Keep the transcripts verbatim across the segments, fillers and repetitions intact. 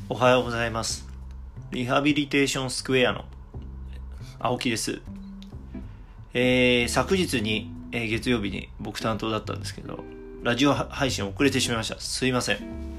おはようございます。リハビリテーションスクエアの青木です。えー、昨日に、えー、月曜日に僕担当だったんですけど、ラジオ配信遅れてしまいました。すいません。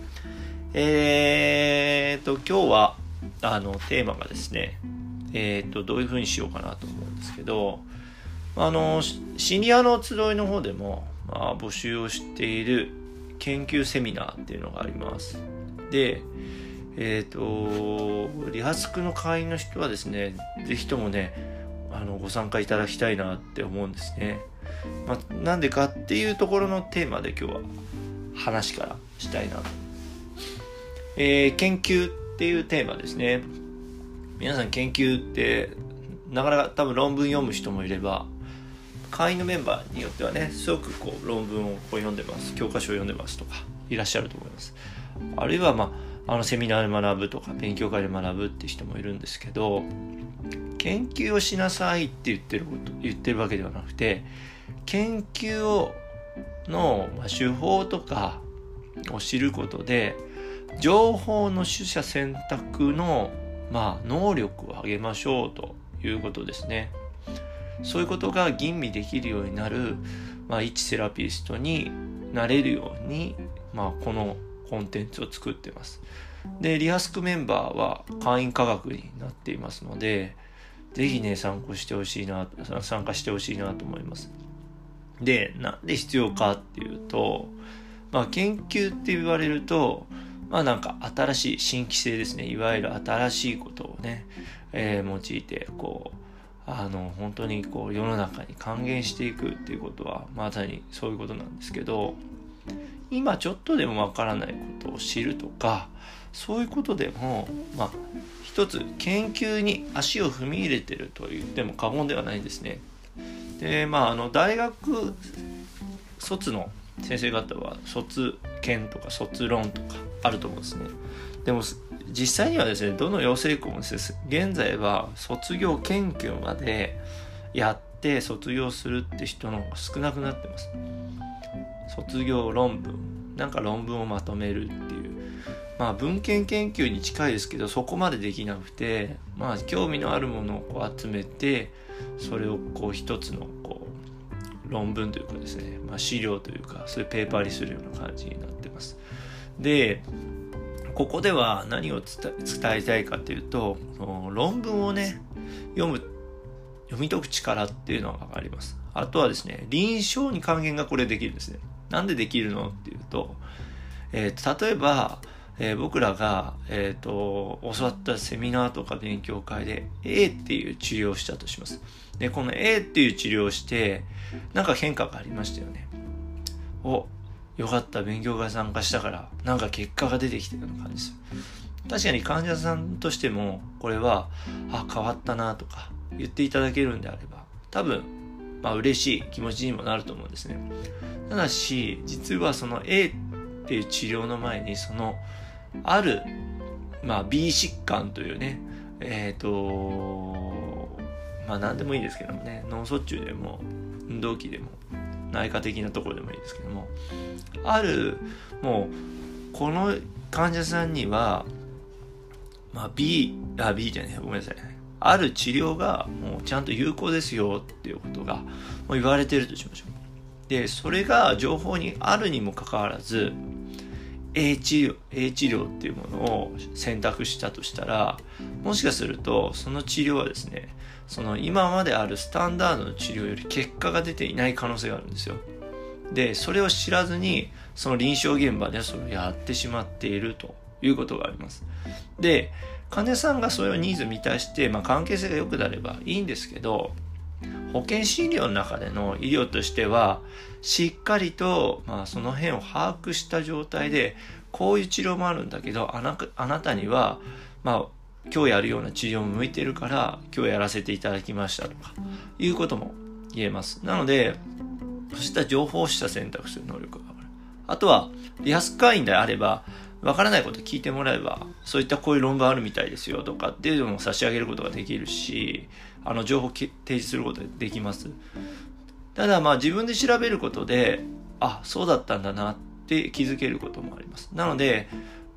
えーと、今日は、あの、テーマがですね、えーと、どういう風にしようかなと思うんですけど、あの、シニアの集いの方でも、まあ、募集をしている研究セミナーっていうのがあります。で、えっと、リハスクの会員の人はですね、ぜひともね、あの、ご参加いただきたいなって思うんですね。まあ、なんでかっていうところのテーマで今日は話からしたいなと。えー、研究っていうテーマですね。皆さん研究って、なかなか多分論文読む人もいれば、会員のメンバーによってはね、すごくこう論文をこう読んでます、教科書を読んでますとかいらっしゃると思います。あるいはまああのセミナーで学ぶとか勉強会で学ぶって人もいるんですけど、研究をしなさいって言ってること言ってるわけではなくて、研究をの、まあ、手法とかを知ることで情報の取捨選択の、まあ、能力を上げましょうということですね。そういうことが吟味できるようになる、まあ、一セラピストになれるように、まあ、このコンテンツを作ってます。で、リハスクメンバーは会員価格になっていますので、ぜひね、参考してほしいな、参加してほしいなと思います。で、なんで必要かっていうと、まあ、研究って言われると、まあなんか新しい新規性ですね。いわゆる新しいことをね、えー、用いて、こう、あの、本当にこう世の中に還元していくっていうことは、まさにそういうことなんですけど、今ちょっとでもわからないことを知るとか、そういうことでも、まあ、一つ研究に足を踏み入れてると言っても過言ではないんですね。で、まあ、あの、大学卒の先生方は卒研とか卒論とかあると思うんですね。でも、実際にはですね、どの養成校もですね、現在は卒業研究までやって卒業するって人の方が少なくなってます。卒業論文、なんか論文をまとめるっていう、まあ文献研究に近いですけど、そこまでできなくて、まあ興味のあるものをこう集めて、それをこう一つのこう論文というかですね、まあ資料というか、そういうペーパーにするような感じになってます。で、ここでは何を伝えたいかというと、論文をね、読む、読み解く力っていうのがあります。あとはですね、臨床に還元がこれできるんですね。なんでできるのっていうと、えー、例えば、えー、僕らが、えーと、教わったセミナーとか勉強会で A っていう治療をしたとします。で、この A っていう治療をして、なんか変化がありましたよね。お、よかった、勉強会参加したから、なんか結果が出てきたような感じです。確かに患者さんとしても、これは、あ、変わったなとか言っていただけるんであれば、多分、まあ嬉しい気持ちにもなると思うんですね。ただし、実はその A っていう治療の前に、その、ある、まあ B 疾患というね、えっと、まあ何でもいいですけどもね、脳卒中でも、運動器でも、内科的なところでもいいですけども、ある、もう、この患者さんには、まあ B、あ、B じゃねえ、ごめんなさい。ある治療がもうちゃんと有効ですよっていうことがもう言われているとしましょう。で、それが情報にあるにもかかわらず、A 治療、A 治療っていうものを選択したとしたら、もしかするとその治療はですね、その今まであるスタンダードの治療より結果が出ていない可能性があるんですよ。で、それを知らずに、その臨床現場でそれをやってしまっているということがあります。で、患者さんがそれをニーズ満たして、まあ、関係性が良くなればいいんですけど、保険診療の中での医療としては、しっかりと、まあ、その辺を把握した状態で、こういう治療もあるんだけど、あな、あなたには、まあ、今日やるような治療も向いてるから、今日やらせていただきましたとか、いうことも言えます。なので、そうした情報をした選択する能力が上がる。あとは、リハス会員であれば、わからないこと聞いてもらえば、そういったこういう論文あるみたいですよとかっていうのも差し上げることができるし、あの情報を提示することができます。ただまあ自分で調べることで、あ、そうだったんだなって気づけることもあります。なので、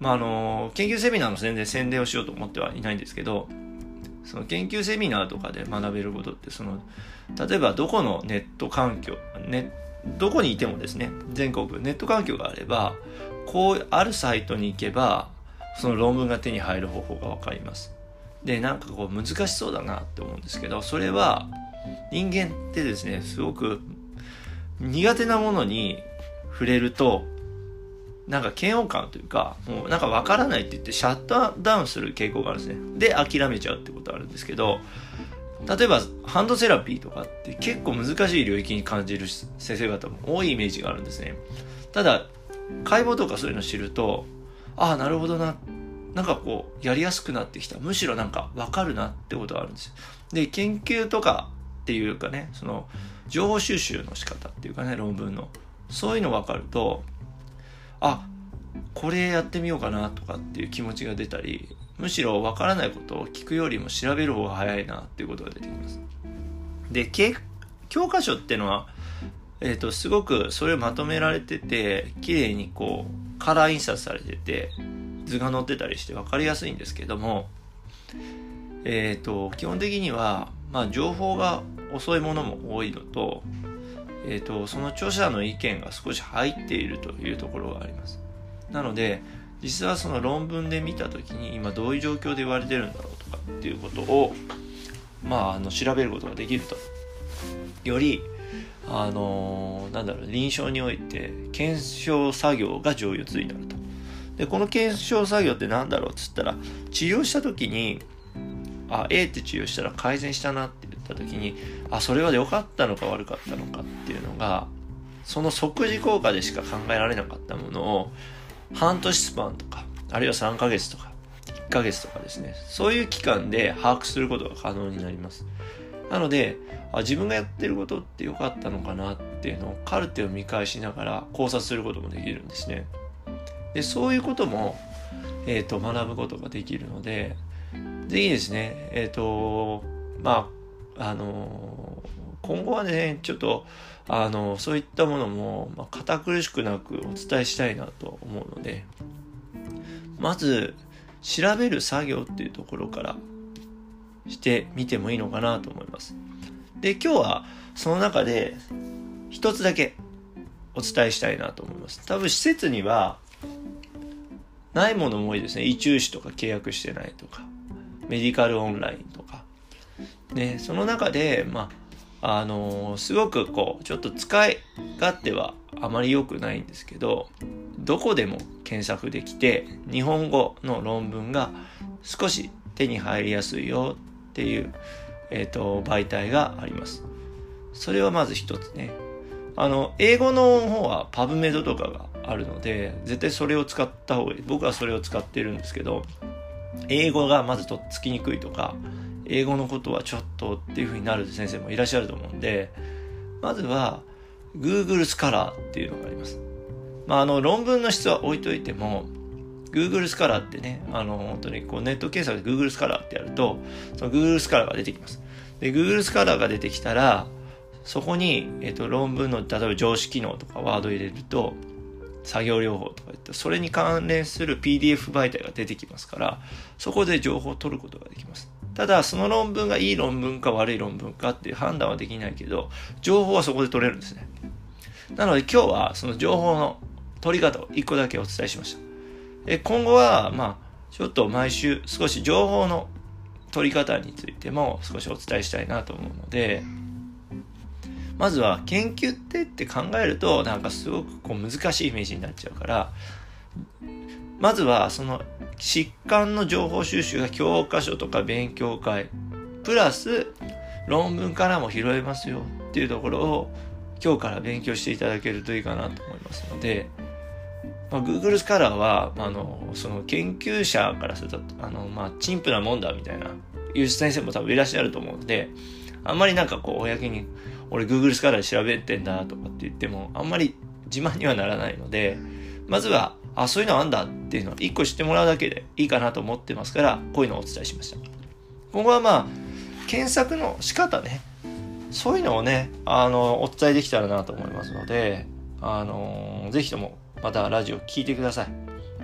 まあ、あの、研究セミナーの全然宣伝をしようと思ってはいないんですけど、その研究セミナーとかで学べることって、その、例えばどこのネット環境、ね、どこにいてもですね、全国ネット環境があれば、こう、あるサイトに行けば、その論文が手に入る方法がわかります。で、なんかこう難しそうだなって思うんですけど、それは人間ってですね、すごく苦手なものに触れると、なんか嫌悪感というか、もうなんかわからないって言ってシャットダウンする傾向があるんですね。で、諦めちゃうってことがあるんですけど、例えばハンドセラピーとかって結構難しい領域に感じる先生方も多いイメージがあるんですね。ただ、解剖とかそういうのを知ると、ああ、なるほどな。なんかこう、やりやすくなってきた。むしろなんかわかるなってことがあるんですよ。で、研究とかっていうかね、その、情報収集の仕方っていうかね、論文の。そういうの分かると、あ、これやってみようかなとかっていう気持ちが出たり、むしろ分からないことを聞くよりも調べる方が早いなっていうことが出てきます。で、教科書っていうのは、えっと、すごくそれをまとめられてて、綺麗にこう、カラー印刷されてて、図が載ってたりして分かりやすいんですけども、えっと、基本的には、まあ、情報が遅いものも多いのと、えっと、その著者の意見が少し入っているというところがあります。なので、実はその論文で見たときに今どういう状況で言われてるんだろうとかっていうことを、まあ、あの調べることができると。より、あのー、なんだろう、臨床において検証作業が上手になると。で、この検証作業ってなんだろうっつったら、治療したときに、あ、A って治療したら改善したなって言ったときに、あ、それは良かったのか悪かったのかっていうのが、その即時効果でしか考えられなかったものを、半年スパンとか、あるいはさんかげつとか、いっかげつとかですね、そういう期間で把握することが可能になります。なので、あ、自分がやってることって良かったのかなっていうのをカルテを見返しながら考察することもできるんですね。で、そういうことも、えっと、学ぶことができるので、ぜひですね、えっと、まあ、あの、今後はね、ちょっと、あの、そういったものも、まあ、堅苦しくなくお伝えしたいなと思うので、まず、調べる作業っていうところからしてみてもいいのかなと思います。で、今日はその中で一つだけお伝えしたいなと思います。多分施設にはないものも多いですね。医中士とか契約してないとか、メディカルオンラインとか。ね、その中で、まあ、あのー、すごくこう、ちょっと使い勝手はあまり良くないんですけど、どこでも検索できて、日本語の論文が少し手に入りやすいよっていう、えっと、媒体があります。それはまず一つね。あの、英語の方はパブメドとかがあるので、絶対それを使った方がいい。僕はそれを使ってるんですけど、英語がまずとっつきにくいとか、英語のことはちょっとっていう風になる先生もいらっしゃると思うんで、まずは Google スカラーっていうのがあります。まあ、あの、論文の質は置いといても、Google スカラーってね、あの、本当にこうネット検索で Google スカラーってやると、その Google スカラーが出てきます。で、Google スカラーが出てきたら、そこに、えっと、論文の、例えば上司機能とかワード入れると、作業療法とか言って、それに関連する ピーディーエフ 媒体が出てきますから、そこで情報を取ることができます。ただ、その論文がいい論文か悪い論文かっていう判断はできないけど、情報はそこで取れるんですね。なので今日はその情報の取り方を一個だけお伝えしました。え今後は、まあ、ちょっと毎週少し情報の取り方についても少しお伝えしたいなと思うので、まずは研究ってって考えるとなんかすごくこう難しいイメージになっちゃうから、まずはその疾患の情報収集が教科書とか勉強会プラス論文からも拾えますよっていうところを今日から勉強していただけるといいかなと思いますので、まあ、Google スカラーはあのその研究者からするとあの、まあ、陳腐なもんだみたいないう先生も多分いらっしゃると思うので、あんまりなんかこう公に俺 Google スカラーで調べてんだとかって言ってもあんまり自慢にはならないので、まずはあそういうのあんだっていうのを一個知ってもらうだけでいいかなと思ってますから、こういうのをお伝えしました。今後はまあ検索の仕方ね、そういうのをねあのお伝えできたらなと思いますので、あのぜひともまたラジオ聞いてください。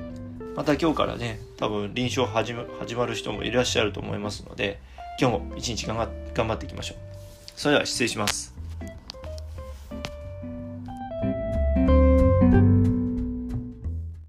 また今日からね、多分臨床始ま、始まる人もいらっしゃると思いますので、今日も一日頑張頑張っていきましょう。それでは失礼します。